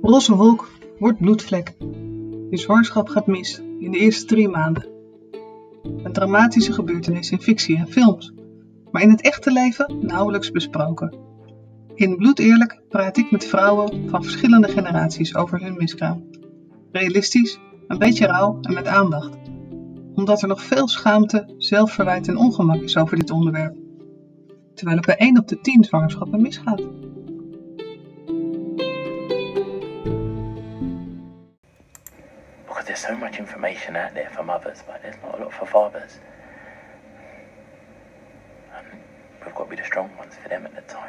Roze wolk wordt bloedvlek. Je zwangerschap gaat mis in de eerste 3 maanden. Een dramatische gebeurtenis in fictie en films, maar in het echte leven nauwelijks besproken. In Bloedeerlijk praat ik met vrouwen van verschillende generaties over hun miskraam. Realistisch, een beetje rauw en met aandacht. Omdat er nog veel schaamte, zelfverwijt en ongemak is over dit onderwerp. Terwijl het bij 1 op de 10 zwangerschappen misgaat. Because there's so much information out there for mothers, but there's not a lot for fathers. And we've got to be the strong ones for them at the time.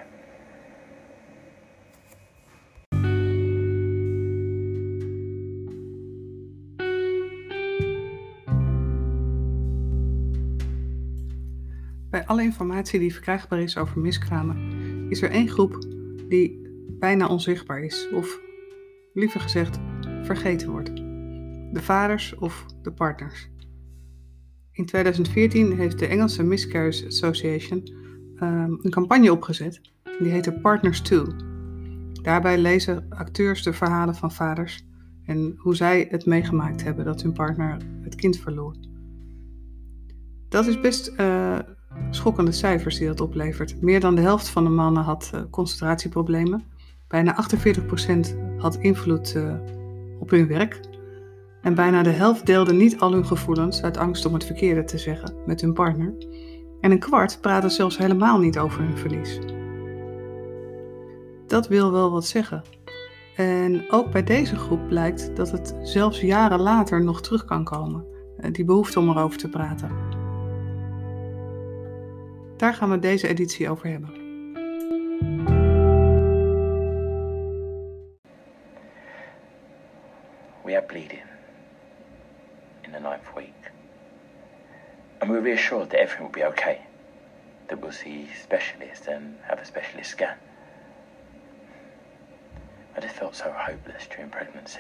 Bij alle informatie die verkrijgbaar is over miskramen, is er 1 groep die bijna onzichtbaar is, of liever gezegd, vergeten wordt. De vaders of de partners. In 2014 heeft de Engelse Miscarriage Association een campagne opgezet, die heette Partners 2. Daarbij lezen acteurs de verhalen van vaders en hoe zij het meegemaakt hebben dat hun partner het kind verloor. Dat is best schokkende cijfers die dat oplevert. Meer dan de helft van de mannen had concentratieproblemen. Bijna 48% had invloed op hun werk. En bijna de helft deelde niet al hun gevoelens uit angst om het verkeerde te zeggen met hun partner. En 1/4 praatte zelfs helemaal niet over hun verlies. Dat wil wel wat zeggen. En ook bij deze groep blijkt dat het zelfs jaren later nog terug kan komen. Die behoefte om erover te praten. Daar gaan we deze editie over hebben. We had bleeding in the 9th week. And we were reassured that everything would be okay. That we'll see specialists and have a specialist scan. I just felt so hopeless during pregnancy.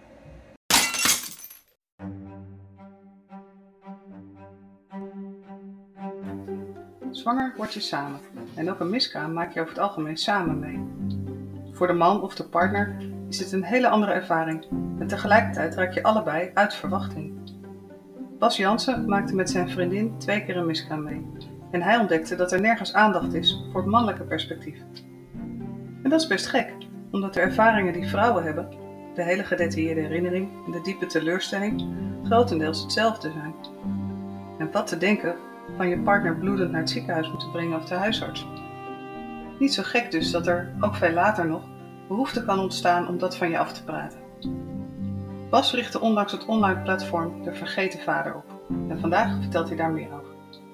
Zwanger word je samen. En ook een miskraam maak je over het algemeen samen mee. Voor de man of de partner is het een hele andere ervaring. En tegelijkertijd raak je allebei uit verwachting. Bas Jansen maakte met zijn vriendin 2 keer een miskraam mee. En hij ontdekte dat er nergens aandacht is voor het mannelijke perspectief. En dat is best gek, omdat de ervaringen die vrouwen hebben, de hele gedetailleerde herinnering en de diepe teleurstelling, grotendeels hetzelfde zijn. En wat te denken van je partner bloedend naar het ziekenhuis moeten brengen of de huisarts. Niet zo gek dus dat er, ook veel later nog, behoefte kan ontstaan om dat van je af te praten. Bas richtte onlangs het online platform De Vergeten Vader op. En vandaag vertelt hij daar meer over.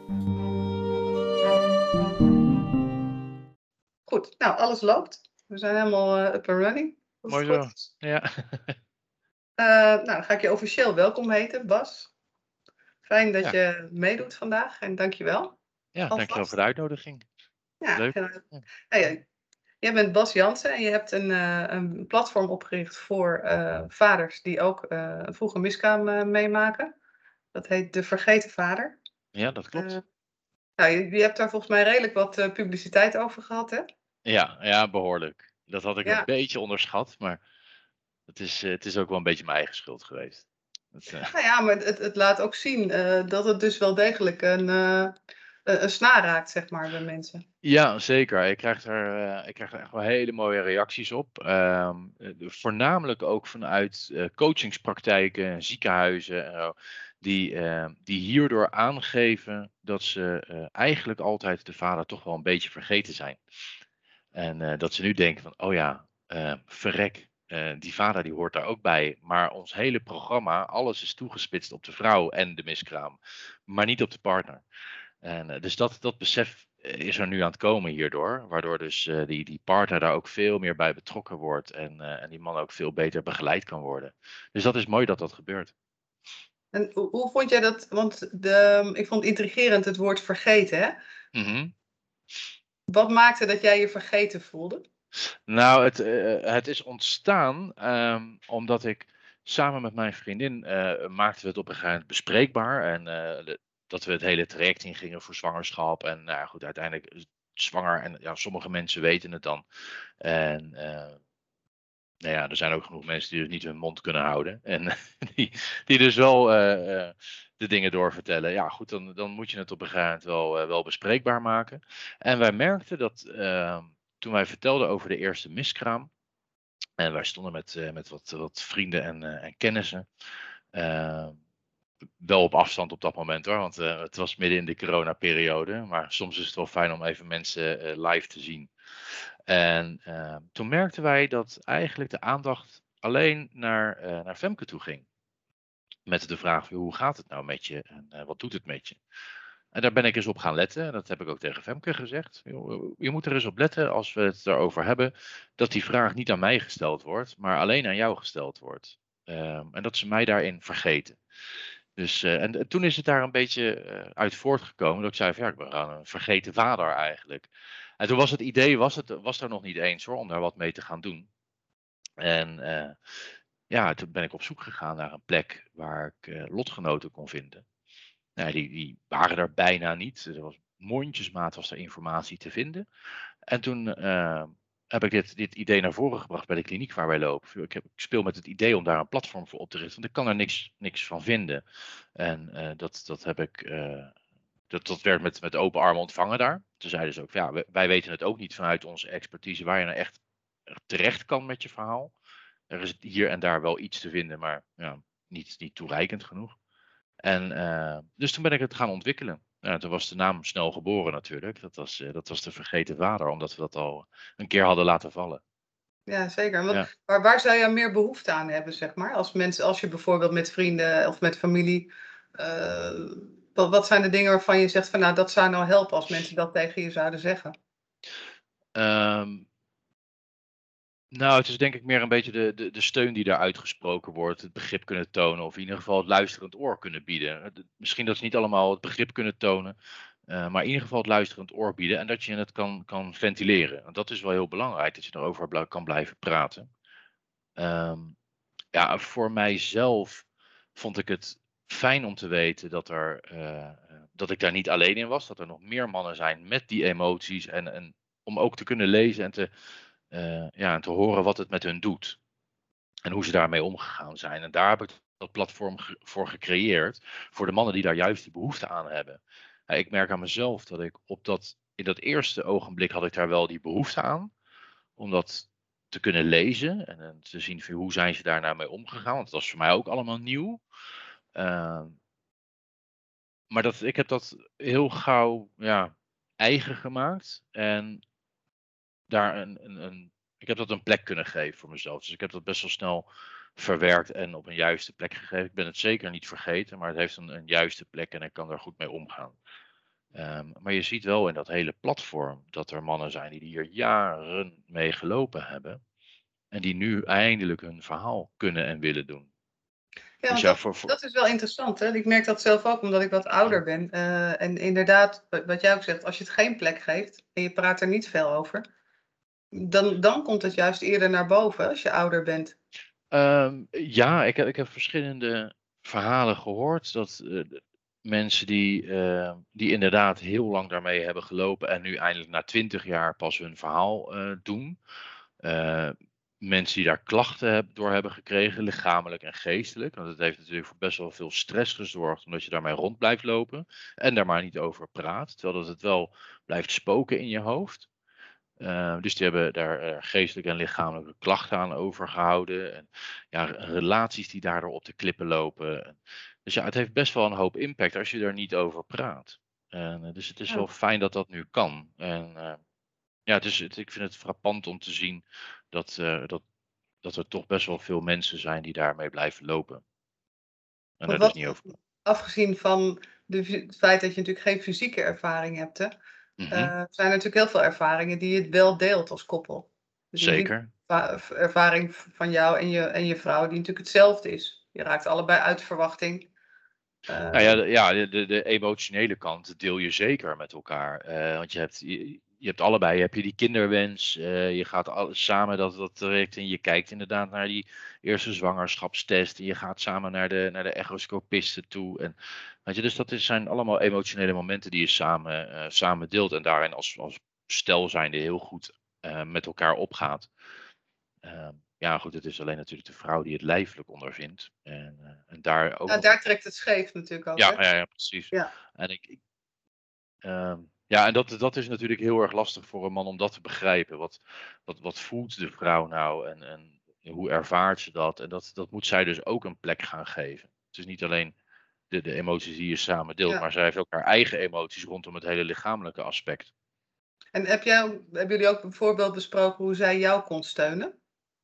Goed, nou alles loopt. We zijn helemaal up and running. Mooi zo, ja. Nou, dan ga ik je officieel welkom heten, Bas. Fijn dat je meedoet vandaag en dankjewel. Ja, dankjewel voor de uitnodiging. Ja, leuk. Hey, jij bent Bas Jansen en je hebt een platform opgericht voor vaders die ook een vroege miskraam meemaken. Dat heet De Vergeten Vader. Ja, dat klopt. Nou, je hebt daar volgens mij redelijk wat publiciteit over gehad, hè? Ja, behoorlijk. Dat had ik Ja. een beetje onderschat, maar het is ook wel een beetje mijn eigen schuld geweest. Nou ja, maar het laat ook zien dat het dus wel degelijk een snaar raakt, zeg maar, bij mensen. Ja, zeker. Ik krijg er echt wel hele mooie reacties op. Voornamelijk ook vanuit coachingspraktijken, ziekenhuizen en zo, die hierdoor aangeven dat ze eigenlijk altijd de vader toch wel een beetje vergeten zijn. En dat ze nu denken van, oh ja, verrek, die vader die hoort daar ook bij. Maar ons hele programma, alles is toegespitst op de vrouw en de miskraam, maar niet op de partner. En dus dat besef is er nu aan het komen hierdoor. Waardoor dus die partner daar ook veel meer bij betrokken wordt. En die man ook veel beter begeleid kan worden. Dus dat is mooi dat dat gebeurt. En hoe vond jij dat? Want ik vond het intrigerend het woord vergeten, hè? Mm-hmm. Wat maakte dat jij je vergeten voelde? Nou, het is ontstaan omdat ik samen met mijn vriendin maakten we het op een gegeven moment bespreekbaar. En dat we het hele traject ingingen voor zwangerschap. En nou ja, goed, uiteindelijk zwanger. En ja, sommige mensen weten het dan. En nou ja, er zijn ook genoeg mensen die dus niet hun mond kunnen houden. En die dus wel de dingen doorvertellen. Ja, goed, dan moet je het op een gegeven moment wel bespreekbaar maken. En wij merkten dat toen wij vertelden over de eerste miskraam. En wij stonden met wat vrienden en kennissen. Wel op afstand op dat moment hoor, want het was midden in de coronaperiode. Maar soms is het wel fijn om even mensen live te zien. En toen merkten wij dat eigenlijk de aandacht alleen naar Femke toe ging. Met de vraag, hoe gaat het nou met je en wat doet het met je? En daar ben ik eens op gaan letten. En dat heb ik ook tegen Femke gezegd. Je moet er eens op letten als we het erover hebben. Dat die vraag niet aan mij gesteld wordt, maar alleen aan jou gesteld wordt. En dat ze mij daarin vergeten. Dus, en toen is het daar een beetje uit voortgekomen. Dat ik zei van ja, ik ben gewoon een vergeten vader eigenlijk. En toen was het idee, was daar nog niet eens hoor, om daar wat mee te gaan doen. En ja, toen ben ik op zoek gegaan naar een plek waar ik lotgenoten kon vinden. Nou, die waren er bijna niet. Er was mondjesmaat was er informatie te vinden. En toen heb ik dit idee naar voren gebracht bij de kliniek waar wij lopen. Ik speel met het idee om daar een platform voor op te richten. Want ik kan er niks van vinden. En dat heb ik. Dat werd met open armen ontvangen daar. Toen zeiden ze ook, ja, wij weten het ook niet vanuit onze expertise waar je nou echt terecht kan met je verhaal. Er is hier en daar wel iets te vinden, maar ja, niet toereikend genoeg. En dus toen ben ik het gaan ontwikkelen. Ja, toen was de naam snel geboren natuurlijk. Dat was de vergeten vader, omdat we dat al een keer hadden laten vallen. Ja, zeker. Ja. Maar waar zou je meer behoefte aan hebben, zeg maar? Als je bijvoorbeeld met vrienden of met familie. Wat zijn de dingen waarvan je zegt van nou, dat zou nou helpen als mensen dat tegen je zouden zeggen? Ehm, nou, het is denk ik meer een beetje de steun die daar uitgesproken wordt. Het begrip kunnen tonen, of in ieder geval het luisterend oor kunnen bieden. Misschien dat ze niet allemaal het begrip kunnen tonen, maar in ieder geval het luisterend oor bieden. En dat je het kan ventileren. Want dat is wel heel belangrijk, dat je erover kan blijven praten. Ehm, ja, voor mijzelf vond ik het fijn om te weten dat ik daar niet alleen in was. Dat er nog meer mannen zijn met die emoties. En om ook te kunnen lezen en te horen wat het met hun doet. En hoe ze daarmee omgegaan zijn. En daar heb ik dat platform voor gecreëerd. Voor de mannen die daar juist die behoefte aan hebben. Ja, ik merk aan mezelf dat ik in dat eerste ogenblik had ik daar wel die behoefte aan. Om dat te kunnen lezen en te zien van hoe zijn ze daar nou mee omgegaan. Want dat was voor mij ook allemaal nieuw. Maar ik heb dat heel gauw eigen gemaakt. En daar ik heb dat een plek kunnen geven voor mezelf. Dus ik heb dat best wel snel verwerkt en op een juiste plek gegeven. Ik ben het zeker niet vergeten, maar het heeft een juiste plek en ik kan daar goed mee omgaan. Maar je ziet wel in dat hele platform dat er mannen zijn die hier jaren mee gelopen hebben. En die nu eindelijk hun verhaal kunnen en willen doen. Ja, Dus want dat is wel interessant. Hè? Ik merk dat zelf ook, omdat ik wat ouder ben. En inderdaad, wat jij ook zegt, als je het geen plek geeft en je praat er niet veel over, dan komt het juist eerder naar boven als je ouder bent. Ja, ik heb verschillende verhalen gehoord dat mensen die inderdaad heel lang daarmee hebben gelopen en nu eindelijk na 20 jaar pas hun verhaal doen. Mensen die daar klachten door hebben gekregen, lichamelijk en geestelijk. Want het heeft natuurlijk voor best wel veel stress gezorgd, omdat je daarmee rond blijft lopen en daar maar niet over praat. Terwijl dat het wel blijft spoken in je hoofd. Dus die hebben daar geestelijke en lichamelijke klachten aan overgehouden. En ja, relaties die daardoor op de klippen lopen. Dus ja, het heeft best wel een hoop impact als je er niet over praat. Dus het is Ja. wel fijn dat dat nu kan. En ja, ik vind het frappant om te zien dat er toch best wel veel mensen zijn die daarmee blijven lopen. En Want daar is niet over. afgezien van het feit dat je natuurlijk geen fysieke ervaring hebt, hè, zijn er natuurlijk heel veel ervaringen die je wel deelt als koppel. Dus Zeker. ervaring van jou en je vrouw, die natuurlijk hetzelfde is. Je raakt allebei uit verwachting. Nou ja, de emotionele kant deel je zeker met elkaar. Want je hebt allebei, heb je die kinderwens. Je gaat samen dat traject in. Je kijkt inderdaad naar die eerste zwangerschapstest. En je gaat samen naar de echoscopiste toe. En, weet je, dus zijn allemaal emotionele momenten die je samen deelt. En daarin als stel zijnde heel goed met elkaar opgaat. ja, goed, het is alleen natuurlijk de vrouw die het lijfelijk ondervindt. En daar ook Ja, nog. daar trekt het scheef natuurlijk ook, Ja, hè? ja, ja, precies. Ja. En ja, en dat is natuurlijk heel erg lastig voor een man om dat te begrijpen. Wat voelt de vrouw nou en hoe ervaart ze dat? En dat moet zij dus ook een plek gaan geven. Het is niet alleen de emoties die je samen deelt, Ja. maar zij heeft ook haar eigen emoties rondom het hele lichamelijke aspect. En hebben jullie ook bijvoorbeeld besproken hoe zij jou kon steunen?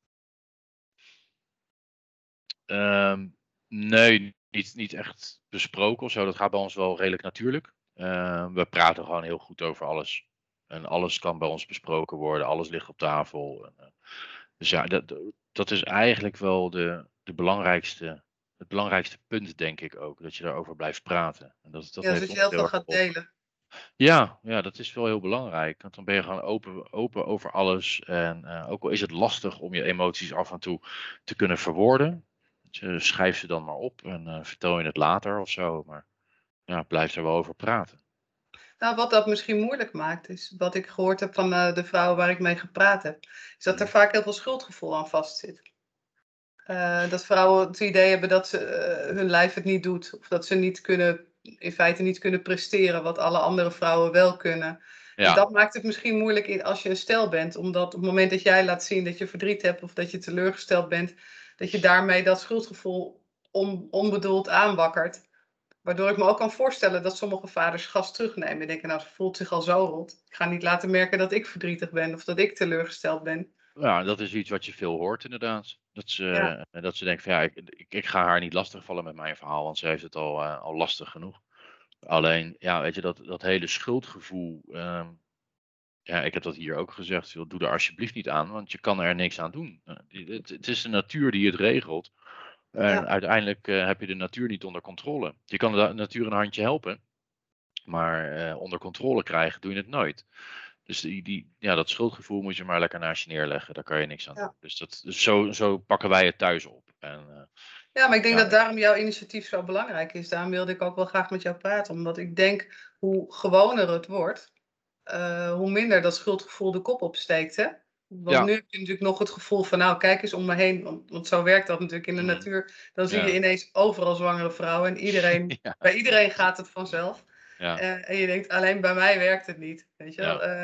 Ehm, nee, niet echt besproken of zo. Dat gaat bij ons wel redelijk natuurlijk. We praten gewoon heel goed over alles. En alles kan bij ons besproken worden. Alles ligt op tafel. Dus ja, dat is eigenlijk wel het belangrijkste punt, denk ik ook. Dat je daarover blijft praten. En dat Ja, heeft zodat je ons heel heel veel erg gaat geholpen. delen. Ja, dat is wel heel belangrijk. Want dan ben je gewoon open over alles. En ook al is het lastig om je emoties af en toe te kunnen verwoorden. Schrijf ze dan maar op en vertel je het later of zo. Maar ja, blijf er wel over praten. Nou, wat dat misschien moeilijk maakt, is wat ik gehoord heb van de vrouwen waar ik mee gepraat heb, is dat er Mhm. vaak heel veel schuldgevoel aan vastzit. Dat vrouwen het idee hebben dat hun lijf het niet doet. Of dat ze in feite niet kunnen presteren wat alle andere vrouwen wel kunnen. En Ja, dat maakt het misschien moeilijk als je een stel bent. Omdat op het moment dat jij laat zien dat je verdriet hebt of dat je teleurgesteld bent, dat je daarmee dat schuldgevoel onbedoeld aanwakkert. Waardoor ik me ook kan voorstellen dat sommige vaders gas terugnemen. En denken, nou, ze voelt zich al zo rot. Ik ga niet laten merken dat ik verdrietig ben of dat ik teleurgesteld ben. ja, dat is iets wat je veel hoort inderdaad. Ja, Dat ze denkt van ja, ik ga haar niet lastigvallen met mijn verhaal, want ze heeft het al lastig genoeg. Alleen, ja, weet je, dat hele schuldgevoel. Ja, ik heb dat hier ook gezegd. Joh, doe er alsjeblieft niet aan, want je kan er niks aan doen. Het is de natuur die het regelt. En ja. uiteindelijk heb je de natuur niet onder controle. Je kan de natuur een handje helpen, maar onder controle krijgen doe je het nooit. Dus ja, dat schuldgevoel moet je maar lekker naast je neerleggen. Daar kan je niks aan doen. Ja. Dus zo pakken wij het thuis op. En Ja, maar ik denk ja, dat daarom jouw initiatief zo belangrijk is. Daarom wilde ik ook wel graag met jou praten. Omdat ik denk, hoe gewoner het wordt, hoe minder dat schuldgevoel de kop opsteekt. Hè? Want ja, nu heb je natuurlijk nog het gevoel van, nou, kijk eens om me heen. Want zo werkt dat natuurlijk in de mhm, natuur. Dan zie je ja, ineens overal zwangere vrouwen. En ja, bij iedereen gaat het vanzelf. ja, En je denkt, alleen bij mij werkt het niet. Weet je wel? ja.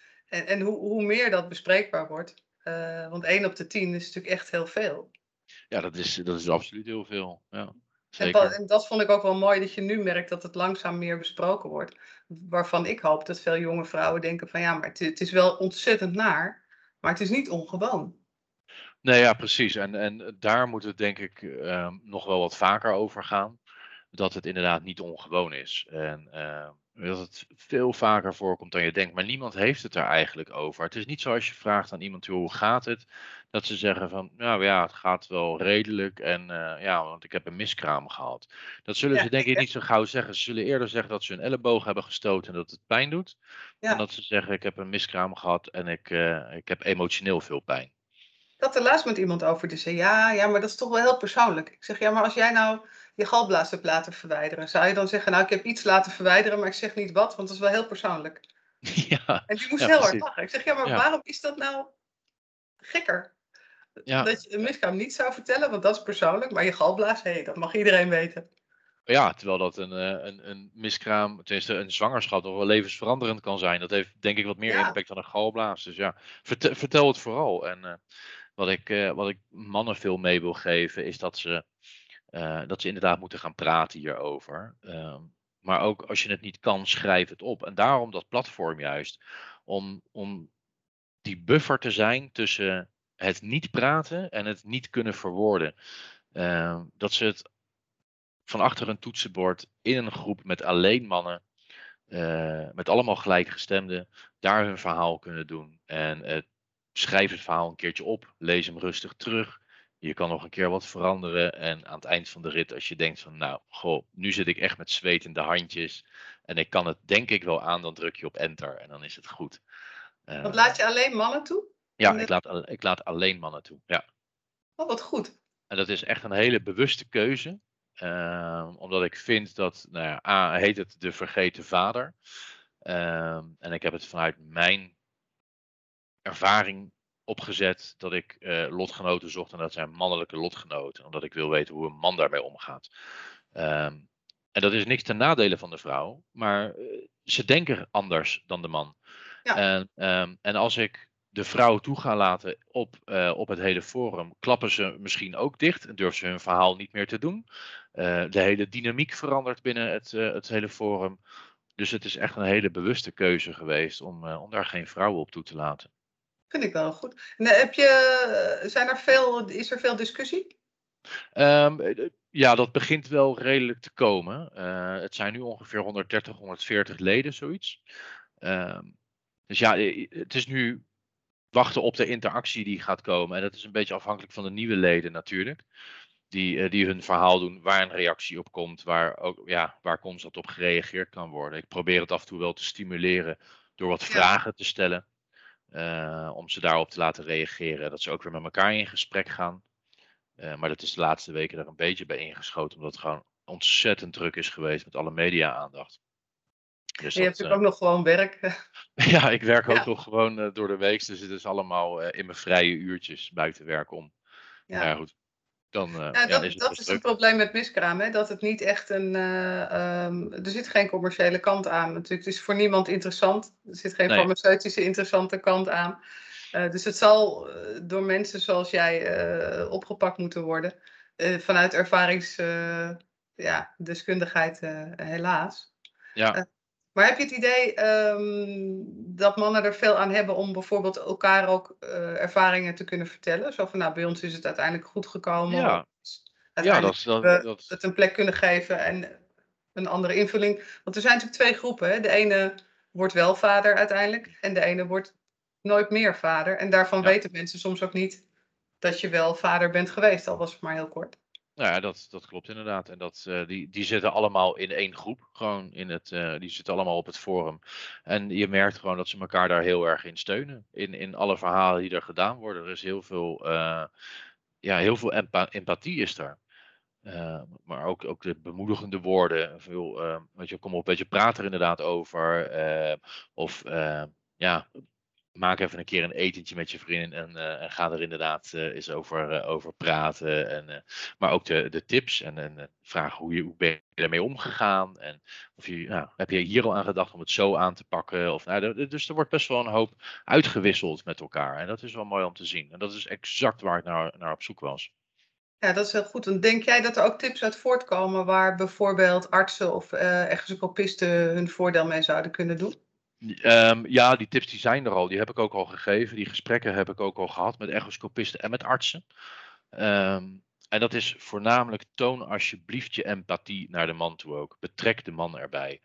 En hoe meer dat bespreekbaar wordt. Want 1 op de 10 is natuurlijk echt heel veel. Ja, dat is absoluut heel veel. Ja, En, zeker. en dat vond ik ook wel mooi dat je nu merkt dat het langzaam meer besproken wordt. Waarvan ik hoop dat veel jonge vrouwen denken van ja, maar het is wel ontzettend naar, maar het is niet ongewoon. Nee, ja, precies. En daar moet het denk ik nog wel wat vaker over gaan. Dat het inderdaad niet ongewoon is. En dat het veel vaker voorkomt dan je denkt. Maar niemand heeft het er eigenlijk over. Het is niet zoals je vraagt aan iemand, joh, hoe gaat het? Dat ze zeggen van, nou ja, het gaat wel redelijk. En ja, want ik heb een miskraam gehad. Dat zullen Ja, ze denk gek ik hè? niet zo gauw zeggen. Ze zullen eerder zeggen dat ze hun elleboog hebben gestoten en dat het pijn doet. Dan Ja. dat ze zeggen, ik heb een miskraam gehad en ik heb emotioneel veel pijn. Ik had er laatst met iemand over die zei ja, maar dat is toch wel heel persoonlijk. Ik zeg ja, maar als jij nou je galblaas hebt laten verwijderen, zou je dan zeggen nou ik heb iets laten verwijderen, maar ik zeg niet wat, want dat is wel heel persoonlijk. Ja, En die moest ja, heel hard precies. lachen. Ik zeg ja, maar Ja, waarom is dat nou gekker? ja, Dat je een miskraam niet zou vertellen, want dat is persoonlijk, maar je galblaas, hé, dat mag iedereen weten. ja, terwijl dat een miskraam, tenminste een zwangerschap, nog wel levensveranderend kan zijn. Dat heeft denk ik wat meer Ja, impact dan een galblaas. Dus ja, vertel het vooral. En wat ik mannen veel mee wil geven, is dat ze inderdaad moeten gaan praten hierover. Maar ook als je het niet kan, schrijf het op. En daarom dat platform juist. Om die buffer te zijn tussen het niet praten en het niet kunnen verwoorden. Dat ze het van achter een toetsenbord in een groep met alleen mannen, met allemaal gelijkgestemden, daar hun verhaal kunnen doen. En schrijf het verhaal een keertje op, lees hem rustig terug. Je kan nog een keer wat veranderen. En aan het eind van de rit, als je denkt van, nou, goh, nu zit ik echt met zweet in de handjes. En ik kan het denk ik wel aan, dan druk je op enter en dan is het goed. want Eh, laat je alleen mannen toe? ja, ik laat alleen mannen toe. Ja. Oh, wat goed. En dat is echt een hele bewuste keuze. Omdat ik vind dat, nou ja, A, heet het de vergeten vader. En ik heb het vanuit mijn ervaring opgezet dat ik lotgenoten zocht en dat zijn mannelijke lotgenoten. Omdat ik wil weten hoe een man daarmee omgaat. Ehm, en dat is niks ten nadele van de vrouw, maar ze denken anders dan de man. Ja. En als ik de vrouw toe ga laten op het hele forum, klappen ze misschien ook dicht en durven ze hun verhaal niet meer te doen. De hele dynamiek verandert binnen het hele forum. Dus het is echt een hele bewuste keuze geweest om daar geen vrouwen op toe te laten. Vind ik wel goed. En, is er veel discussie? Ja, dat begint wel redelijk te komen. Het zijn nu ongeveer 130, 140 leden, zoiets. Dus ja, het is nu wachten op de interactie die gaat komen. En dat is een beetje afhankelijk van de nieuwe leden natuurlijk. Die hun verhaal doen, waar een reactie op komt, waar constant op gereageerd kan worden. Ik probeer het af en toe wel te stimuleren door wat vragen te stellen. Om ze daarop te laten reageren. Dat ze ook weer met elkaar in gesprek gaan. Maar dat is de laatste weken er een beetje bij ingeschoten. Omdat het gewoon ontzettend druk is geweest met alle media-aandacht. Dus En je hebt natuurlijk ook nog gewoon werk. ja, ik werk ook Ja. nog gewoon door de week. Dus het is allemaal in mijn vrije uurtjes buiten werk om. Ja. Maar ja, goed. Dan is het Dat dus is druk. een probleem met miskraam, hè? Dat het niet echt er zit geen commerciële kant aan. Natuurlijk, het is voor niemand interessant. Er zit geen farmaceutische interessante kant aan. Dus het zal door mensen zoals jij opgepakt moeten worden. Vanuit ervaringsdeskundigheid, helaas. Ja. Maar heb je het idee dat mannen er veel aan hebben om bijvoorbeeld elkaar ook ervaringen te kunnen vertellen? Zo van, nou, bij ons is het uiteindelijk goed gekomen. Ja. Uiteindelijk dat het een plek kunnen geven en een andere invulling. Want er zijn natuurlijk twee groepen. Hè? De ene wordt wel vader uiteindelijk en de ene wordt nooit meer vader. En daarvan weten mensen soms ook niet dat je wel vader bent geweest, al was het maar heel kort. Nou ja, dat klopt inderdaad. En die zitten allemaal in één groep. Gewoon die zitten allemaal op het forum. En je merkt gewoon dat ze elkaar daar heel erg in steunen. In alle verhalen die er gedaan worden. Er is heel veel empathie is er. Maar ook de bemoedigende woorden. Weet je, kom op een beetje praat er inderdaad over. Maak even een keer een etentje met je vriendin en ga er inderdaad eens over praten. Maar ook de tips en vragen hoe ben je daarmee omgegaan. En heb je hier al aan gedacht om het zo aan te pakken? Dus er wordt best wel een hoop uitgewisseld met elkaar. En dat is wel mooi om te zien. En dat is exact waar ik naar op zoek was. Ja, dat is heel goed. En denk jij dat er ook tips uit voortkomen waar bijvoorbeeld artsen of echoscopisten hun voordeel mee zouden kunnen doen? Ja, die tips die zijn er al. Die heb ik ook al gegeven. Die gesprekken heb ik ook al gehad met echoscopisten en met artsen. En dat is voornamelijk toon alsjeblieft je empathie naar de man toe ook. Betrek de man erbij.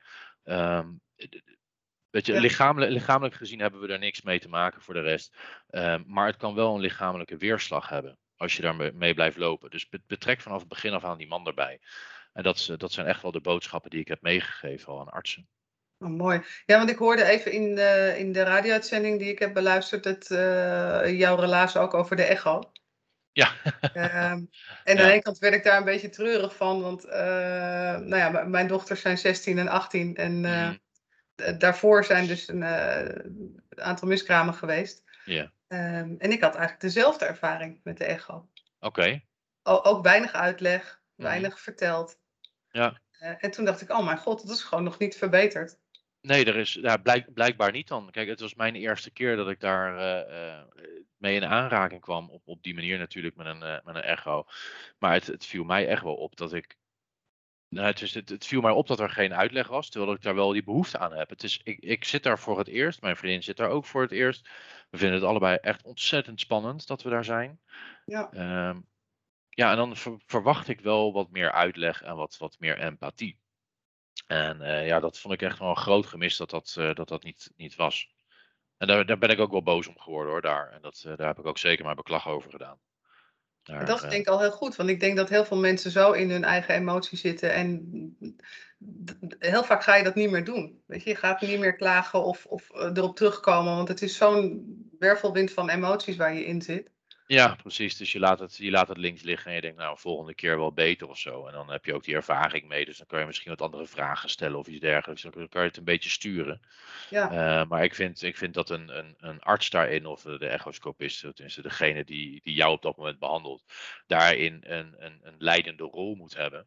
Weet je, lichamelijk gezien hebben we daar niks mee te maken voor de rest. Maar het kan wel een lichamelijke weerslag hebben als je daarmee blijft lopen. Dus betrek vanaf het begin af aan die man erbij. En dat zijn echt wel de boodschappen die ik heb meegegeven al aan artsen. Oh, mooi. Ja, want ik hoorde even in de radio-uitzending die ik heb beluisterd jouw relatie ook over de echo. Ja. En aan de ene kant werd ik daar een beetje treurig van, want mijn dochters zijn 16 en 18 en daarvoor zijn dus een aantal miskramen geweest. Ja. En ik had eigenlijk dezelfde ervaring met de echo. Oké. Ook weinig uitleg, weinig verteld. Ja. En toen dacht ik, oh mijn god, dat is gewoon nog niet verbeterd. Nee, er is blijkbaar niet dan. Kijk, het was mijn eerste keer dat ik daar mee in aanraking kwam. Op die manier natuurlijk met een echo. Maar het viel mij echt wel op dat ik... het viel mij op dat er geen uitleg was, terwijl ik daar wel die behoefte aan heb. Ik zit daar voor het eerst, mijn vriendin zit daar ook voor het eerst. We vinden het allebei echt ontzettend spannend dat we daar zijn. Ja. En dan verwacht ik wel wat meer uitleg en wat meer empathie. En dat vond ik echt wel een groot gemis dat niet was. En daar ben ik ook wel boos om geworden hoor, daar. En daar heb ik ook zeker mijn beklag over gedaan. Dat is denk ik al heel goed, want ik denk dat heel veel mensen zo in hun eigen emotie zitten en heel vaak ga je dat niet meer doen. Weet je gaat niet meer klagen of erop terugkomen, want het is zo'n wervelwind van emoties waar je in zit. Ja, precies. Dus je laat het links liggen en je denkt, nou, volgende keer wel beter of zo. En dan heb je ook die ervaring mee, dus dan kan je misschien wat andere vragen stellen of iets dergelijks. Dan kan je het een beetje sturen. Ja, Maar ik vind dat een arts daarin, of de echoscopist, tenminste degene die jou op dat moment behandelt, daarin een leidende rol moet hebben.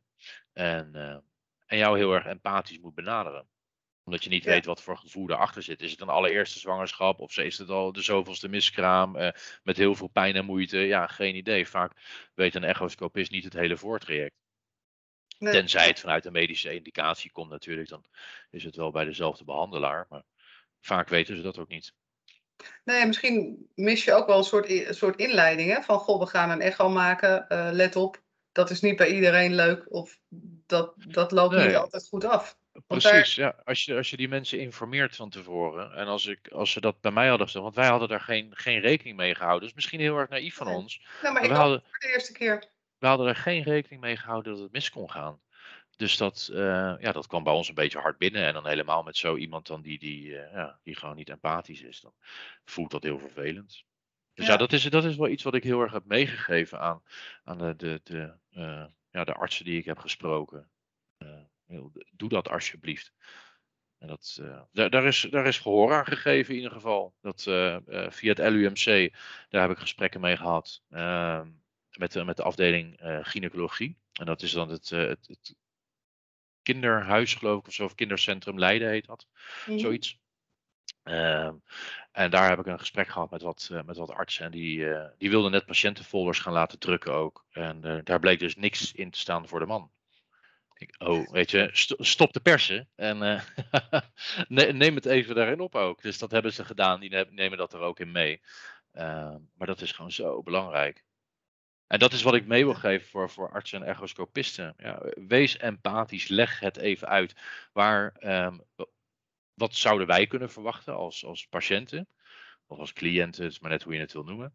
En jou heel erg empathisch moet benaderen. Omdat je niet ja. weet wat voor gevoel erachter zit. Is het een allereerste zwangerschap of is het al de zoveelste miskraam met heel veel pijn en moeite? Ja, geen idee. Vaak weet een echoscopist niet het hele voortraject. Nee. Tenzij het vanuit een medische indicatie komt natuurlijk, dan is het wel bij dezelfde behandelaar. Maar vaak weten ze dat ook niet. Nee, misschien mis je ook wel een soort inleiding, hè? Van, goh, we gaan een echo maken, let op, dat is niet bij iedereen leuk of dat loopt niet Nee, altijd goed af. Want precies. daar, Ja. Als je die mensen informeert van tevoren en als ze dat bij mij hadden gezegd, want wij hadden daar geen rekening mee gehouden. Dus misschien heel erg naïef van nee. ons. Nou, maar Maar ik ook voor de eerste keer. we hadden er geen rekening mee gehouden dat het mis kon gaan. Dus ja, dat kwam bij ons een beetje hard binnen. En dan helemaal met zo iemand dan die gewoon niet empathisch is. Dan voelt dat heel vervelend. Dus ja, Ja, dat is wel iets wat ik heel erg heb meegegeven aan de artsen die ik heb gesproken. Doe dat alsjeblieft. En daar is gehoor aan gegeven in ieder geval. Via het LUMC, daar heb ik gesprekken mee gehad. Met de afdeling gynaecologie. En dat is dan het kinderhuis, geloof ik, of zo. Of kindercentrum Leiden heet dat. mhm. Zoiets. Ehm, en daar heb ik een gesprek gehad met wat artsen. En die wilden net patiëntenfolders gaan laten drukken ook. En daar bleek dus niks in te staan voor de man. Weet je, stop de persen en neem het even daarin op ook. Dus dat hebben ze gedaan, nemen dat er ook in mee. Maar dat is gewoon zo belangrijk. En dat is wat ik mee wil Ja. geven voor artsen en ergoscopisten. Ja, wees empathisch, leg het even uit. Wat zouden wij kunnen verwachten als patiënten? Of als cliënten, het is maar net hoe je het wil noemen.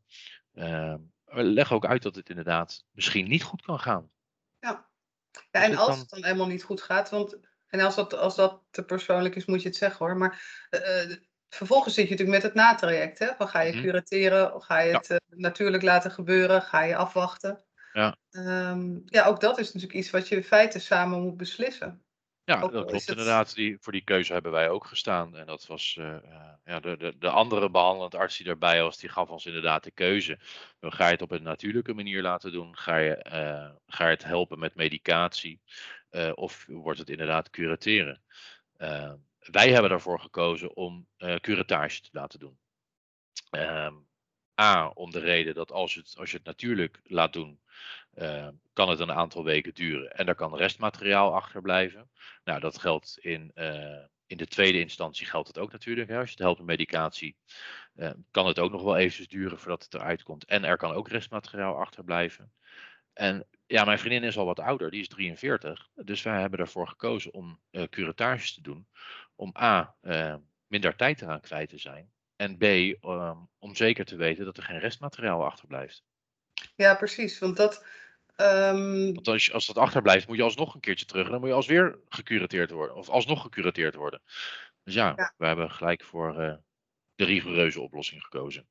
Leg ook uit dat het inderdaad misschien niet goed kan gaan. Ja. Ja, Dus en het als kan. het dan helemaal niet goed gaat, want en als dat te persoonlijk is, moet je het zeggen hoor. Maar vervolgens zit je natuurlijk met het natraject, hè? Van, ga je Mhm. curateren, of ga je Ja, het natuurlijk laten gebeuren, ga je afwachten? ja. Ja, ook dat is natuurlijk iets wat je in feite samen moet beslissen. Ja, Ook dat al is klopt het inderdaad. Voor die keuze hebben wij ook gestaan. En dat was ja, de andere behandelend arts die erbij was, die gaf ons inderdaad de keuze. Ga je het op een natuurlijke manier laten doen? Ga je het helpen met medicatie? Of wordt het inderdaad curateren? Wij hebben ervoor gekozen om curettage te laten doen. Ehm, om de reden dat als je het natuurlijk laat doen, kan het een aantal weken duren. En daar kan restmateriaal achterblijven. Nou, dat geldt in de tweede instantie geldt het ook natuurlijk. Hè. Als je het helpt met medicatie, kan het ook nog wel eventjes duren voordat het eruit komt. En er kan ook restmateriaal achterblijven. En ja, mijn vriendin is al wat ouder, die is 43. Dus wij hebben ervoor gekozen om curetages te doen. Om minder tijd eraan kwijt te zijn. En B, om zeker te weten dat er geen restmateriaal achterblijft. ja, precies. Want dat, ehm, Want als dat achterblijft, moet je alsnog een keertje terug. En dan moet je alsweer gecurateerd worden. Of alsnog gecurateerd worden. Dus ja, ja. we hebben gelijk voor de rigoureuze oplossing gekozen.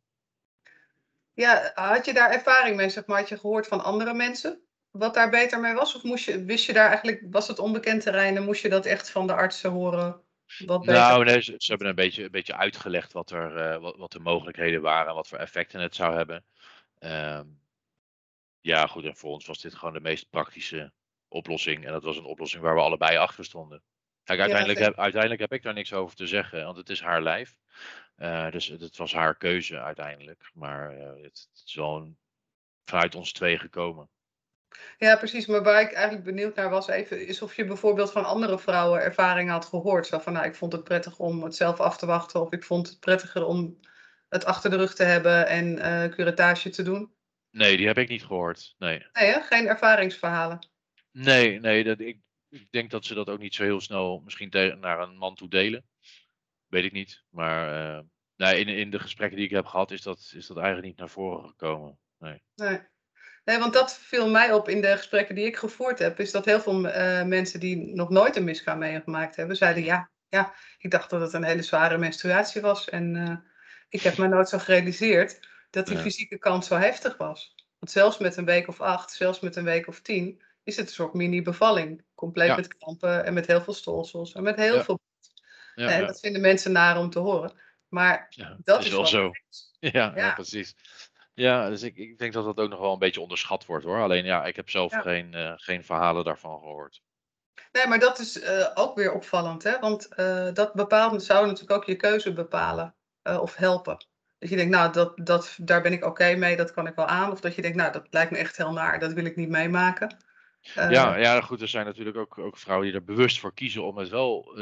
Ja, had je daar ervaring mee, zeg maar? Had je gehoord van andere mensen wat daar beter mee was? Of wist je daar eigenlijk, was het onbekend terrein en moest je dat echt van de artsen horen wat beter? Nou, nee, ze hebben een beetje uitgelegd wat de mogelijkheden waren. En wat voor effecten het zou hebben. Ehm, ja, goed. En voor ons was dit gewoon de meest praktische oplossing. En dat was een oplossing waar we allebei achter stonden. Kijk, Ja, uiteindelijk heb ik daar niks over te zeggen, want het is haar lijf. Dus het was haar keuze uiteindelijk. Maar het is wel vanuit ons twee gekomen. ja, precies. Maar waar ik eigenlijk benieuwd naar was even, is of je bijvoorbeeld van andere vrouwen ervaringen had gehoord. Zo van, nou, ik vond het prettig om het zelf af te wachten. Of ik vond het prettiger om het achter de rug te hebben en curettage te doen. Nee, die heb ik niet gehoord. Nee, Nee, hè? Geen ervaringsverhalen. nee ik denk dat ze dat ook niet zo heel snel misschien naar een man toe delen. Weet ik niet. Maar nee, in de gesprekken die ik heb gehad, is dat eigenlijk niet naar voren gekomen. Nee. Nee. Nee, want dat viel mij op in de gesprekken die ik gevoerd heb, is dat heel veel mensen die nog nooit een miskraam meegemaakt hebben, zeiden ik dacht dat het een hele zware menstruatie was en ik heb me nooit zo gerealiseerd. dat die Ja. fysieke kant zo heftig was. Want zelfs met een week of 8, zelfs met een week of 10, is het een soort mini-bevalling. Compleet Ja. met krampen en met heel veel stolsels en met heel Ja. veel. Ja, En ja. dat vinden mensen naar om te horen. Maar Ja, het dat is is wel wat zo. het is. Ja, ja, Ja, precies. Ja, dus ik denk dat dat ook nog wel een beetje onderschat wordt hoor. Alleen ja, ik heb zelf ja. geen verhalen daarvan gehoord. Nee, maar dat is ook weer opvallend, hè? Want dat bepaalt, zou natuurlijk ook je keuze bepalen of helpen. Dat je denkt, nou, daar ben ik oké mee, dat kan ik wel aan. Of dat je denkt, nou, dat lijkt me echt heel naar, dat wil ik niet meemaken. Ja, ja, goed, er zijn natuurlijk ook vrouwen die er bewust voor kiezen om het wel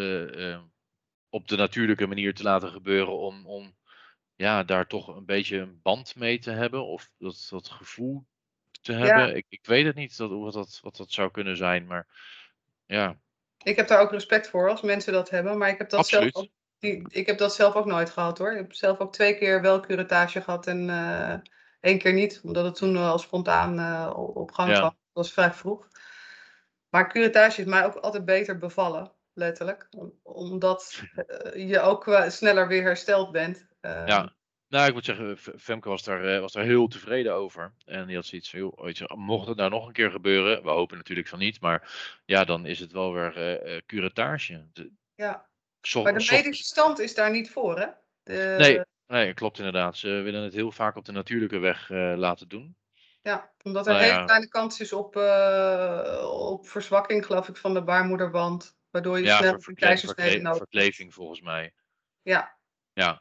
op de natuurlijke manier te laten gebeuren. Om ja, daar toch een beetje een band mee te hebben. Of dat gevoel te Ja, hebben. Ik weet het niet wat dat zou kunnen zijn. Maar ja, ik heb daar ook respect voor als mensen dat hebben. Maar absoluut. ik heb dat zelf ook nooit gehad, hoor. Ik heb zelf ook 2 keer wel curettage gehad en 1 keer niet. Omdat het toen al spontaan op gang kwam. Ja, Dat was vrij vroeg. Maar curettage is mij ook altijd beter bevallen, letterlijk. Omdat je ook sneller weer hersteld bent. ja. Nou, ik moet zeggen, Femke was daar heel tevreden over. En die had zoiets van, joh, weet je, mocht het nou nog een keer gebeuren, we hopen natuurlijk van niet, maar ja, dan is het wel weer curettage. Ja. Zo, Maar de medische stand is daar niet voor, hè? nee, nee, klopt inderdaad. Ze willen het heel vaak op de natuurlijke weg laten doen. Ja, omdat er Nou hele ja, kleine kans is op verzwakking, geloof ik, van de baarmoederwand. Waardoor je ja, snel een keizersnede nodig hebt. verkleving volgens mij. Ja, Ja,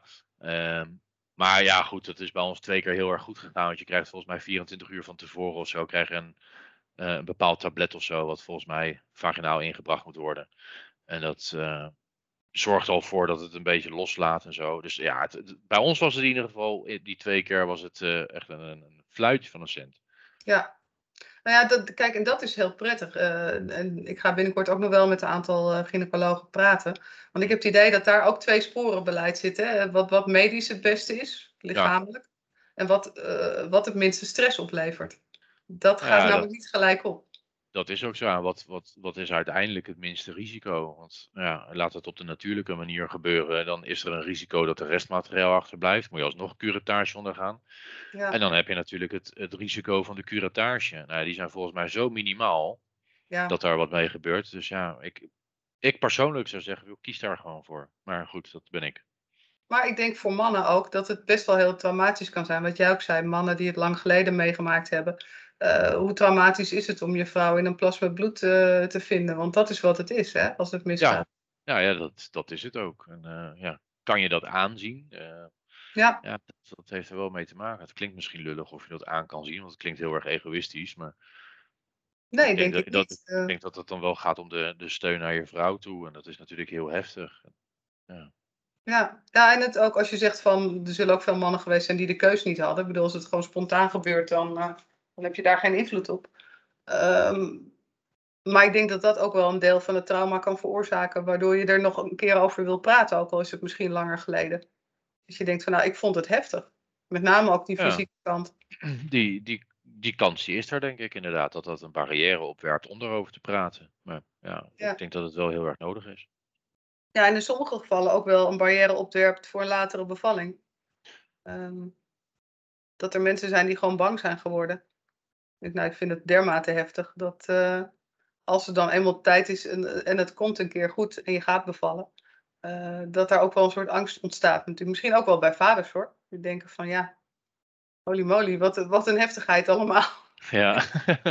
maar ja, goed, dat is bij ons 2 keer heel erg goed gegaan. Want je krijgt volgens mij 24 uur van tevoren of zo, krijg je een bepaald tablet of zo, wat volgens mij vaginaal ingebracht moet worden. En dat zorgt al voor dat het een beetje loslaat en zo. Dus ja, bij ons was het in ieder geval, die 2 keer was het echt een fluitje van een cent. ja. Nou ja, kijk, en dat is heel prettig. En ik ga binnenkort ook nog wel met een aantal gynaecologen praten. Want ik heb het idee dat daar ook 2 sporenbeleid zit. Hè? Wat medisch het beste is, Ja, lichamelijk. En wat het minste stress oplevert. Dat nou gaat ja, namelijk niet gelijk op. dat is ook zo. En wat is uiteindelijk het minste risico? Want ja, laat het op de natuurlijke manier gebeuren. Dan is er een risico dat er restmateriaal achterblijft. Moet je alsnog curettage ondergaan. En Ja, dan heb je natuurlijk het risico van de curettage. Nou, ja, die zijn volgens mij zo minimaal dat ja. daar wat mee gebeurt. Dus ja, ik persoonlijk zou zeggen, joh, kies daar gewoon voor. Maar goed, dat ben ik. Maar ik denk voor mannen ook dat het best wel heel traumatisch kan zijn. Wat jij ook zei, mannen die het lang geleden meegemaakt hebben. Hoe traumatisch is het om je vrouw in een plas met bloed te vinden? Want dat is wat het is, hè, als het Ja, misgaat. ja, dat is het ook. En ja, kan je dat aanzien? Ja, Ja, dat heeft er wel mee te maken. Het klinkt misschien lullig of je dat aan kan zien, want het klinkt heel erg egoïstisch. Maar ik nee, denk denk ik niet. ik denk dat het dan wel gaat om de steun naar je vrouw toe. En dat is natuurlijk heel heftig. Ja, Ja, en het ook als je zegt van, er zullen ook veel mannen geweest zijn die de keus niet hadden. Ik bedoel, als het gewoon spontaan gebeurt, dan heb je daar geen invloed op. Ehm, maar ik denk dat dat ook wel een deel van het trauma kan veroorzaken, waardoor je er nog een keer over wil praten, ook al is het misschien langer geleden. Dus je denkt van, nou, ik vond het heftig. Met name ook die ja. fysieke kant. Die kans die is er denk ik inderdaad. Dat dat een barrière opwerpt om erover te praten. Maar ja, ik Ja. denk dat het wel heel erg nodig is. Ja, en in sommige gevallen ook wel een barrière opwerpt voor een latere bevalling. Ehm, dat er mensen zijn die gewoon bang zijn geworden. Ik vind het dermate heftig dat als er dan eenmaal tijd is en het komt een keer goed en je gaat bevallen, dat daar ook wel een soort angst ontstaat. Natuurlijk. Misschien ook wel bij vaders, hoor. Die denken van ja, holy moly, wat een heftigheid allemaal. Ja,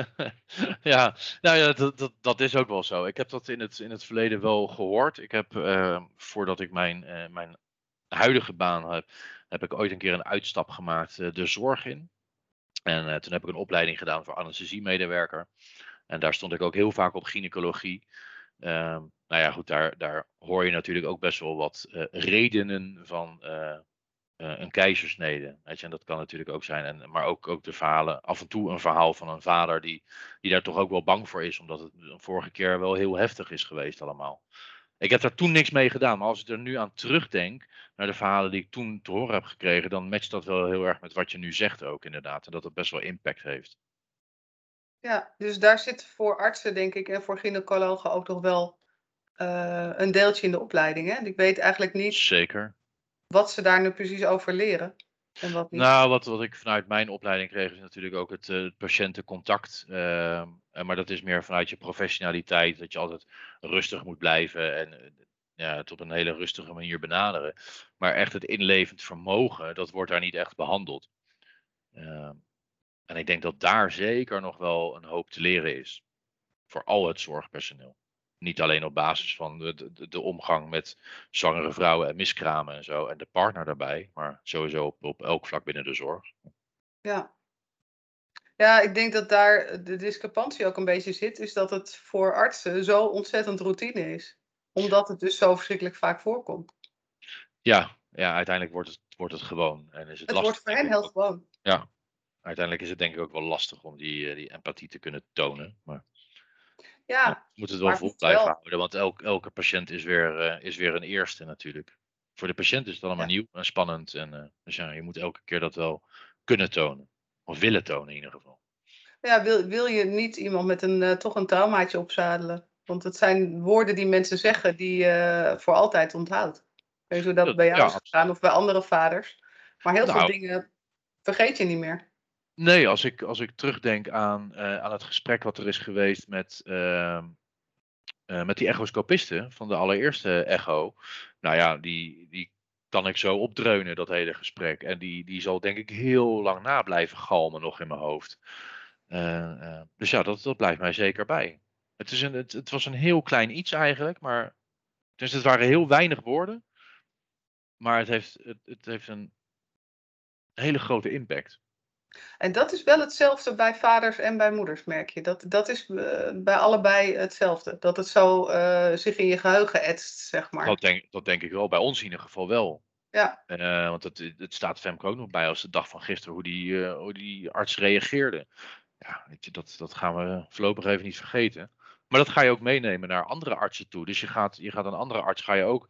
ja, nou ja, dat is ook wel zo. Ik heb dat in het verleden wel gehoord. Ik heb, voordat ik mijn huidige baan heb, heb ik ooit een keer een uitstap gemaakt de zorg in. En toen heb ik een opleiding gedaan voor anesthesiemedewerker. En daar stond ik ook heel vaak op gynaecologie. Nou ja, goed, daar hoor je natuurlijk ook best wel wat redenen van een keizersnede. Weet je, en dat kan natuurlijk ook zijn. Maar ook de verhalen, af en toe een verhaal van een vader die daar toch ook wel bang voor is, omdat het de vorige keer wel heel heftig is geweest allemaal. Ik heb daar toen niks mee gedaan, maar als ik er nu aan terugdenk, naar de verhalen die ik toen te horen heb gekregen, dan matcht dat wel heel erg met wat je nu zegt ook inderdaad. En dat het best wel impact heeft. Ja, dus daar zit voor artsen, denk ik, en voor gynaecologen ook nog wel een deeltje in de opleiding. Hè? Ik weet eigenlijk niet Zeker. wat ze daar nu precies over leren. en wat niet? Nou, wat ik vanuit mijn opleiding kreeg is natuurlijk ook het patiëntencontact. Maar dat is meer vanuit je professionaliteit, dat je altijd rustig moet blijven en ja, het op een hele rustige manier benaderen. Maar echt het inlevend vermogen, dat wordt daar niet echt behandeld. Ehm, en ik denk dat daar zeker nog wel een hoop te leren is. Voor al het zorgpersoneel. Niet alleen op basis van de omgang met zwangere vrouwen en miskramen en zo. En de partner daarbij. Maar sowieso op elk vlak binnen de zorg. Ja. Ja, ik denk dat daar de discrepantie ook een beetje zit, is dat het voor artsen zo ontzettend routine is. Omdat het dus zo verschrikkelijk vaak voorkomt. Ja, uiteindelijk wordt het gewoon. En is het Het wordt lastig, voor denk hen ik heel ook. gewoon. Ja, uiteindelijk is het denk ik ook wel lastig om die empathie te kunnen tonen. Maar ja, Ja, we moeten het wel maar het vol moet blijven wel. houden. Want elke patiënt is weer een eerste natuurlijk. Voor de patiënt is het allemaal Ja. nieuw en spannend. En, dus ja, je moet elke keer dat wel kunnen tonen. Of willen tonen in ieder geval. Ja, wil je niet iemand met toch een traumaatje opzadelen? Want het zijn woorden die mensen zeggen die je voor altijd onthoudt. Ik weet niet hoe dat bij jou Ja, is gegaan of bij andere vaders. Maar heel veel nou, dingen vergeet je niet meer. nee, als ik terugdenk aan het gesprek wat er is geweest met die echoscopisten van de allereerste echo. Nou ja, die kan ik zo opdreunen, dat hele gesprek. En die zal denk ik heel lang na blijven galmen nog in mijn hoofd. Dus ja, dat blijft mij zeker bij. Het was een heel klein iets eigenlijk, maar dus het waren heel weinig woorden. Maar het heeft een hele grote impact. En dat is wel hetzelfde bij vaders en bij moeders, merk je. Dat is bij allebei hetzelfde. Dat het zo zich in je geheugen etst, zeg maar. Dat denk ik wel, bij ons in ieder geval wel. Ja, Want het staat Femke ook nog bij als de dag van gisteren, hoe die arts reageerde. Ja, weet je, dat gaan we voorlopig even niet vergeten. Maar dat ga je ook meenemen naar andere artsen toe. Dus je gaat een andere arts, ga je ook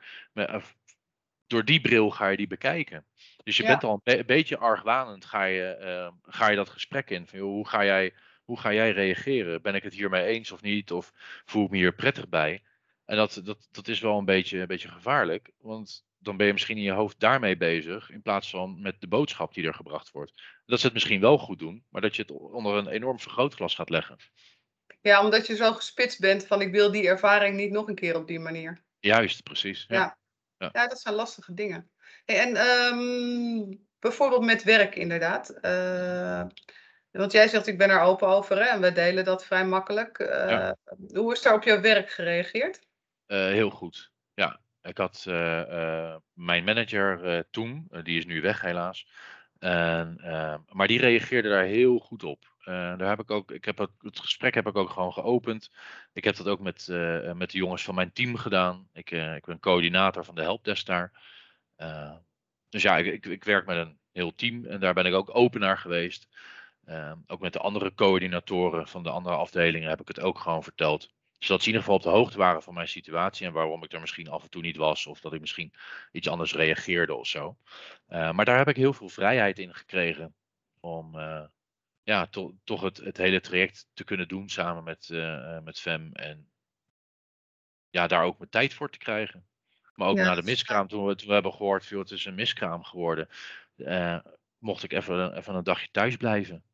door die bril ga je die bekijken. Dus je bent ja, al een beetje argwanend, ga je dat gesprek in. Van, joh, hoe ga jij reageren? Ben ik het hiermee eens of niet? Of voel ik me hier prettig bij? En dat is wel een beetje gevaarlijk. Want dan ben je misschien in je hoofd daarmee bezig. In plaats van met de boodschap die er gebracht wordt. Dat ze het misschien wel goed doen. Maar dat je het onder een enorm vergrootglas gaat leggen. ja, omdat je zo gespitst bent van ik wil die ervaring niet nog een keer op die manier. Juist, precies. Ja. Ja, ja, dat zijn lastige dingen. Hey, en bijvoorbeeld met werk inderdaad. Want jij zegt ik ben er open over hè, en we delen dat vrij makkelijk. Ja. Hoe is daar op jouw werk gereageerd? Heel goed. Ja, ik had mijn manager toen, die is nu weg helaas. Maar die reageerde daar heel goed op. Daar heb het gesprek heb ik ook gewoon geopend. Ik heb dat ook met de jongens van mijn team gedaan. Ik ben coördinator van de helpdesk daar. Dus ja, ik werk met een heel team en daar ben ik ook open naar geweest. Ook met de andere coördinatoren van de andere afdelingen heb ik het ook gewoon verteld. Zodat ze in ieder geval op de hoogte waren van mijn situatie en waarom ik er misschien af en toe niet was. Of dat ik misschien iets anders reageerde of zo. Maar daar heb ik heel veel vrijheid in gekregen. Om ja, toch het hele traject te kunnen doen samen met Fem. En ja, daar ook mijn tijd voor te krijgen. Maar ook Ja, na de dat is fijn. miskraam, toen we hebben gehoord, joh, het is een miskraam geworden. Mocht ik even een dagje thuis blijven.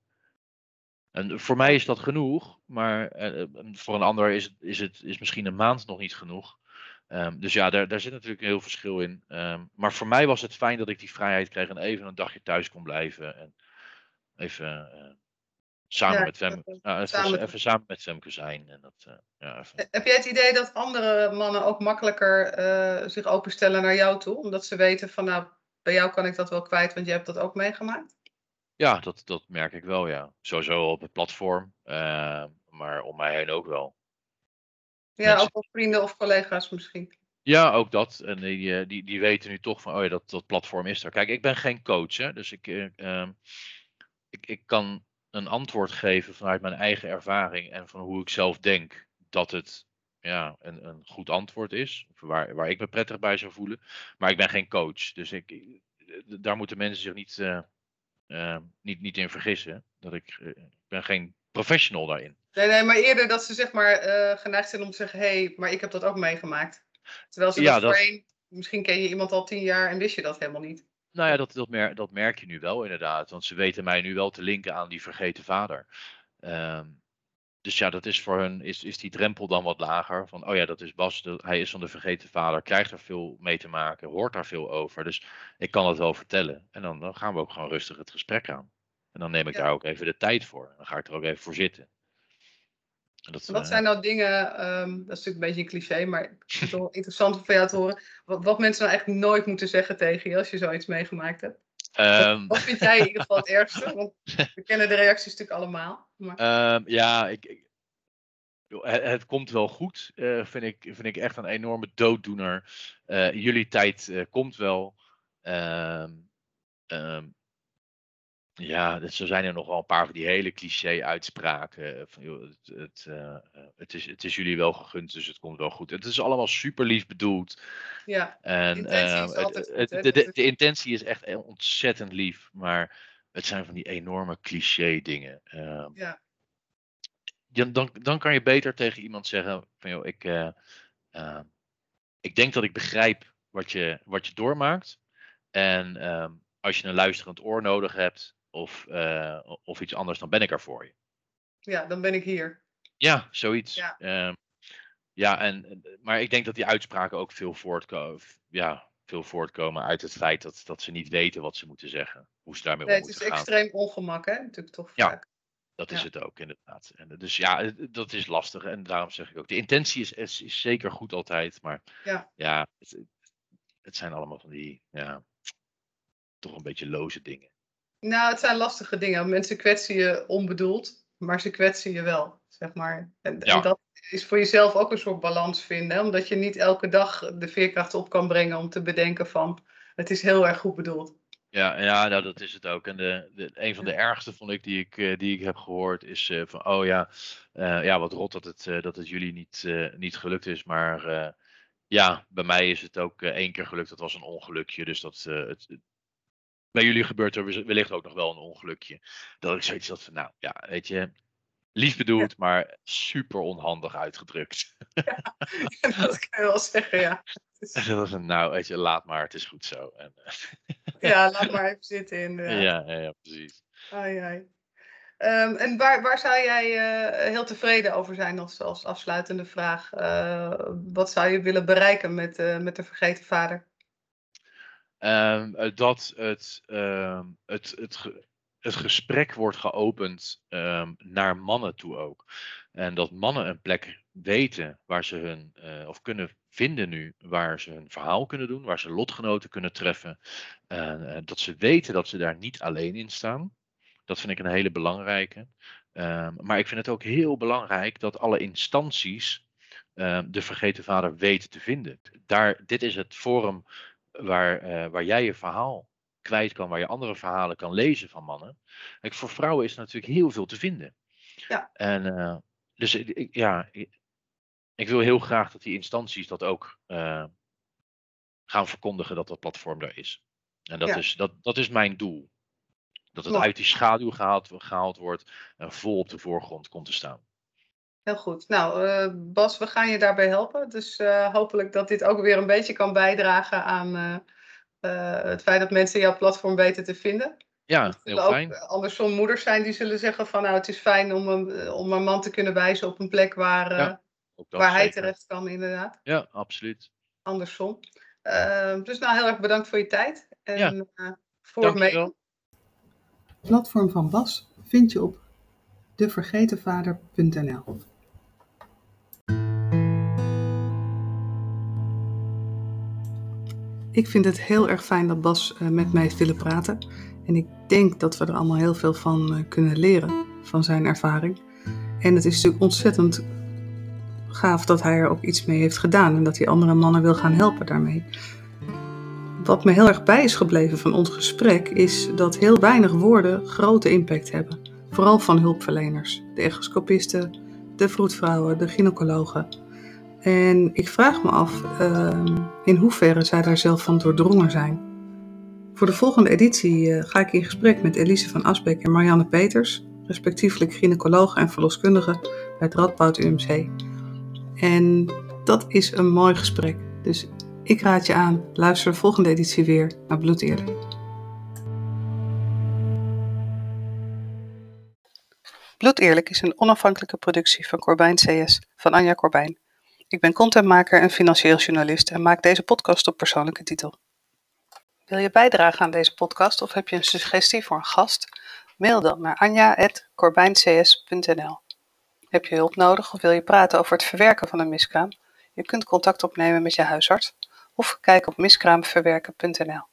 En voor mij is dat genoeg, maar voor een ander is misschien een maand nog niet genoeg. Dus ja, daar zit natuurlijk een heel verschil in. Maar voor mij was het fijn dat ik die vrijheid kreeg en even een dagje thuis kon blijven. En even samen Ja, met Femke, samen. even samen met Femke zijn. En ja, even. Heb jij het idee dat andere mannen ook makkelijker zich openstellen naar jou toe? Omdat ze weten van nou, bij jou kan ik dat wel kwijt, want jij hebt dat ook meegemaakt? Ja, dat merk ik wel, ja. Sowieso op het platform, maar om mij heen ook wel. Ja, ook Mensen. wel vrienden of collega's misschien. Ja, ook dat. En die weten nu toch van, oh ja, dat platform is er. Kijk, ik ben geen coach, hè, dus ik kan een antwoord geven vanuit mijn eigen ervaring en van hoe ik zelf denk dat het ja, een goed antwoord is, of waar ik me prettig bij zou voelen. Maar ik ben geen coach, dus daar moeten mensen zich niet in vergissen. Ik ben geen professional daarin. Nee, maar eerder dat ze zeg maar geneigd zijn om te zeggen, hé, maar ik heb dat ook meegemaakt. Terwijl ze dat Ja, dat. voorheen, misschien ken je iemand al 10 jaar en wist je dat helemaal niet. Nou ja, dat merk je nu wel inderdaad. Want ze weten mij nu wel te linken aan die vergeten vader. Dus ja, dat is voor hun, is die drempel dan wat lager. Van, oh ja, dat is Bas, hij is van de vergeten vader, krijgt er veel mee te maken, hoort daar veel over. Dus ik kan het wel vertellen. En dan gaan we ook gewoon rustig het gesprek aan. En dan neem ik daar ook even de tijd voor. Dan ga ik er ook even voor zitten. En wat zijn nou dingen, dat is natuurlijk een beetje een cliché, maar ik vind het wel interessant om van jou te horen, wat mensen nou eigenlijk nooit moeten zeggen tegen je als je zoiets meegemaakt hebt? Wat vind jij in ieder geval het ergste? Want we kennen de reacties natuurlijk allemaal. Maar... ja, het komt wel goed, vind ik echt een enorme dooddoener. Jullie tijd komt wel. Ja, zo zijn er nog wel een paar van die hele cliché-uitspraken. Van, joh, het is jullie wel gegund, dus het komt wel goed. Het is allemaal super lief bedoeld. Ja, en, de intentie is altijd goed. De intentie is echt ontzettend lief, maar het zijn van die enorme cliché-dingen. Ja. Dan kan je beter tegen iemand zeggen van, joh, ik denk dat ik begrijp wat je doormaakt. En als je een luisterend oor nodig hebt, of iets anders, dan ben ik er voor je. Ja, dan ben ik hier. Ja, zoiets. Ja. Maar ik denk dat die uitspraken ook veel voortkomen uit het feit dat ze niet weten wat ze moeten zeggen. Hoe ze daarmee om moeten gaan. Het is extreem ongemak, hè? Natuurlijk toch vaak. Dat is het ook, inderdaad. En dus ja, dat is lastig. En daarom zeg ik ook, de intentie is zeker goed altijd. Maar het zijn allemaal van die, toch een beetje loze dingen. Nou, het zijn lastige dingen. Mensen kwetsen je onbedoeld, maar ze kwetsen je wel, zeg maar. En dat is voor jezelf ook een soort balans vinden. Hè? Omdat je niet elke dag de veerkracht op kan brengen om te bedenken van, het is heel erg goed bedoeld. Ja, nou, dat is het ook. En een van de ergste vond ik die ik heb gehoord is van, oh ja, wat rot dat het jullie niet gelukt is. Maar bij mij is het ook 1 keer gelukt. Dat was een ongelukje. Dus bij jullie gebeurt er wellicht ook nog wel een ongelukje. Dat ik zoiets had van, nou ja, weet je, lief bedoeld, maar super onhandig uitgedrukt. Ja, dat kan je wel zeggen, ja. Nou, weet je, laat maar, het is goed zo. En, ja, laat maar even zitten inderdaad. Ja, precies. Ai. En waar zou jij heel tevreden over zijn als afsluitende vraag? Wat zou je willen bereiken met de vergeten vader? Dat het gesprek wordt geopend naar mannen toe ook. En dat mannen een plek weten waar ze of kunnen vinden nu, waar ze hun verhaal kunnen doen, waar ze lotgenoten kunnen treffen. Dat ze weten dat ze daar niet alleen in staan. Dat vind ik een hele belangrijke. Maar ik vind het ook heel belangrijk dat alle instanties de vergeten vader weten te vinden. Dit is het forum waar jij je verhaal kwijt kan, waar je andere verhalen kan lezen van mannen. Kijk, voor vrouwen is er natuurlijk heel veel te vinden. Ja. En dus ik wil heel graag dat die instanties dat ook gaan verkondigen dat dat platform er is. En dat is mijn doel. Dat het uit die schaduw gehaald wordt en vol op de voorgrond komt te staan. Heel goed. Nou, Bas, we gaan je daarbij helpen. Dus hopelijk dat dit ook weer een beetje kan bijdragen aan het feit dat mensen jouw platform weten te vinden. Ja, heel fijn. Ook andersom moeders zijn die zullen zeggen van, nou, het is fijn om een man te kunnen wijzen op een plek waar hij terecht kan, inderdaad. Ja, absoluut. Andersom. Dus nou, heel erg bedankt voor je tijd. En voor het meedoen. Het platform van Bas vind je op devergetenvader.nl. Ik vind het heel erg fijn dat Bas met mij heeft willen praten. En ik denk dat we er allemaal heel veel van kunnen leren, van zijn ervaring. En het is natuurlijk ontzettend gaaf dat hij er ook iets mee heeft gedaan. En dat hij andere mannen wil gaan helpen daarmee. Wat me heel erg bij is gebleven van ons gesprek is dat heel weinig woorden grote impact hebben. Vooral van hulpverleners, de echoscopisten, de vroedvrouwen, de gynaecologen. En ik vraag me af in hoeverre zij daar zelf van doordrongen zijn. Voor de volgende editie ga ik in gesprek met Elise van Asbeek en Marianne Peters, respectievelijk gynaecoloog en verloskundige bij het Radboud UMC. En dat is een mooi gesprek. Dus ik raad je aan, luister de volgende editie weer naar Bloed Eerlijk. Bloedeerlijk is een onafhankelijke productie van Corbijn CS van Anja Corbijn. Ik ben contentmaker en financieel journalist en maak deze podcast op persoonlijke titel. Wil je bijdragen aan deze podcast of heb je een suggestie voor een gast? Mail dan naar anja@corbijncs.nl. Heb je hulp nodig of wil je praten over het verwerken van een miskraam? Je kunt contact opnemen met je huisarts of kijk op miskraamverwerken.nl.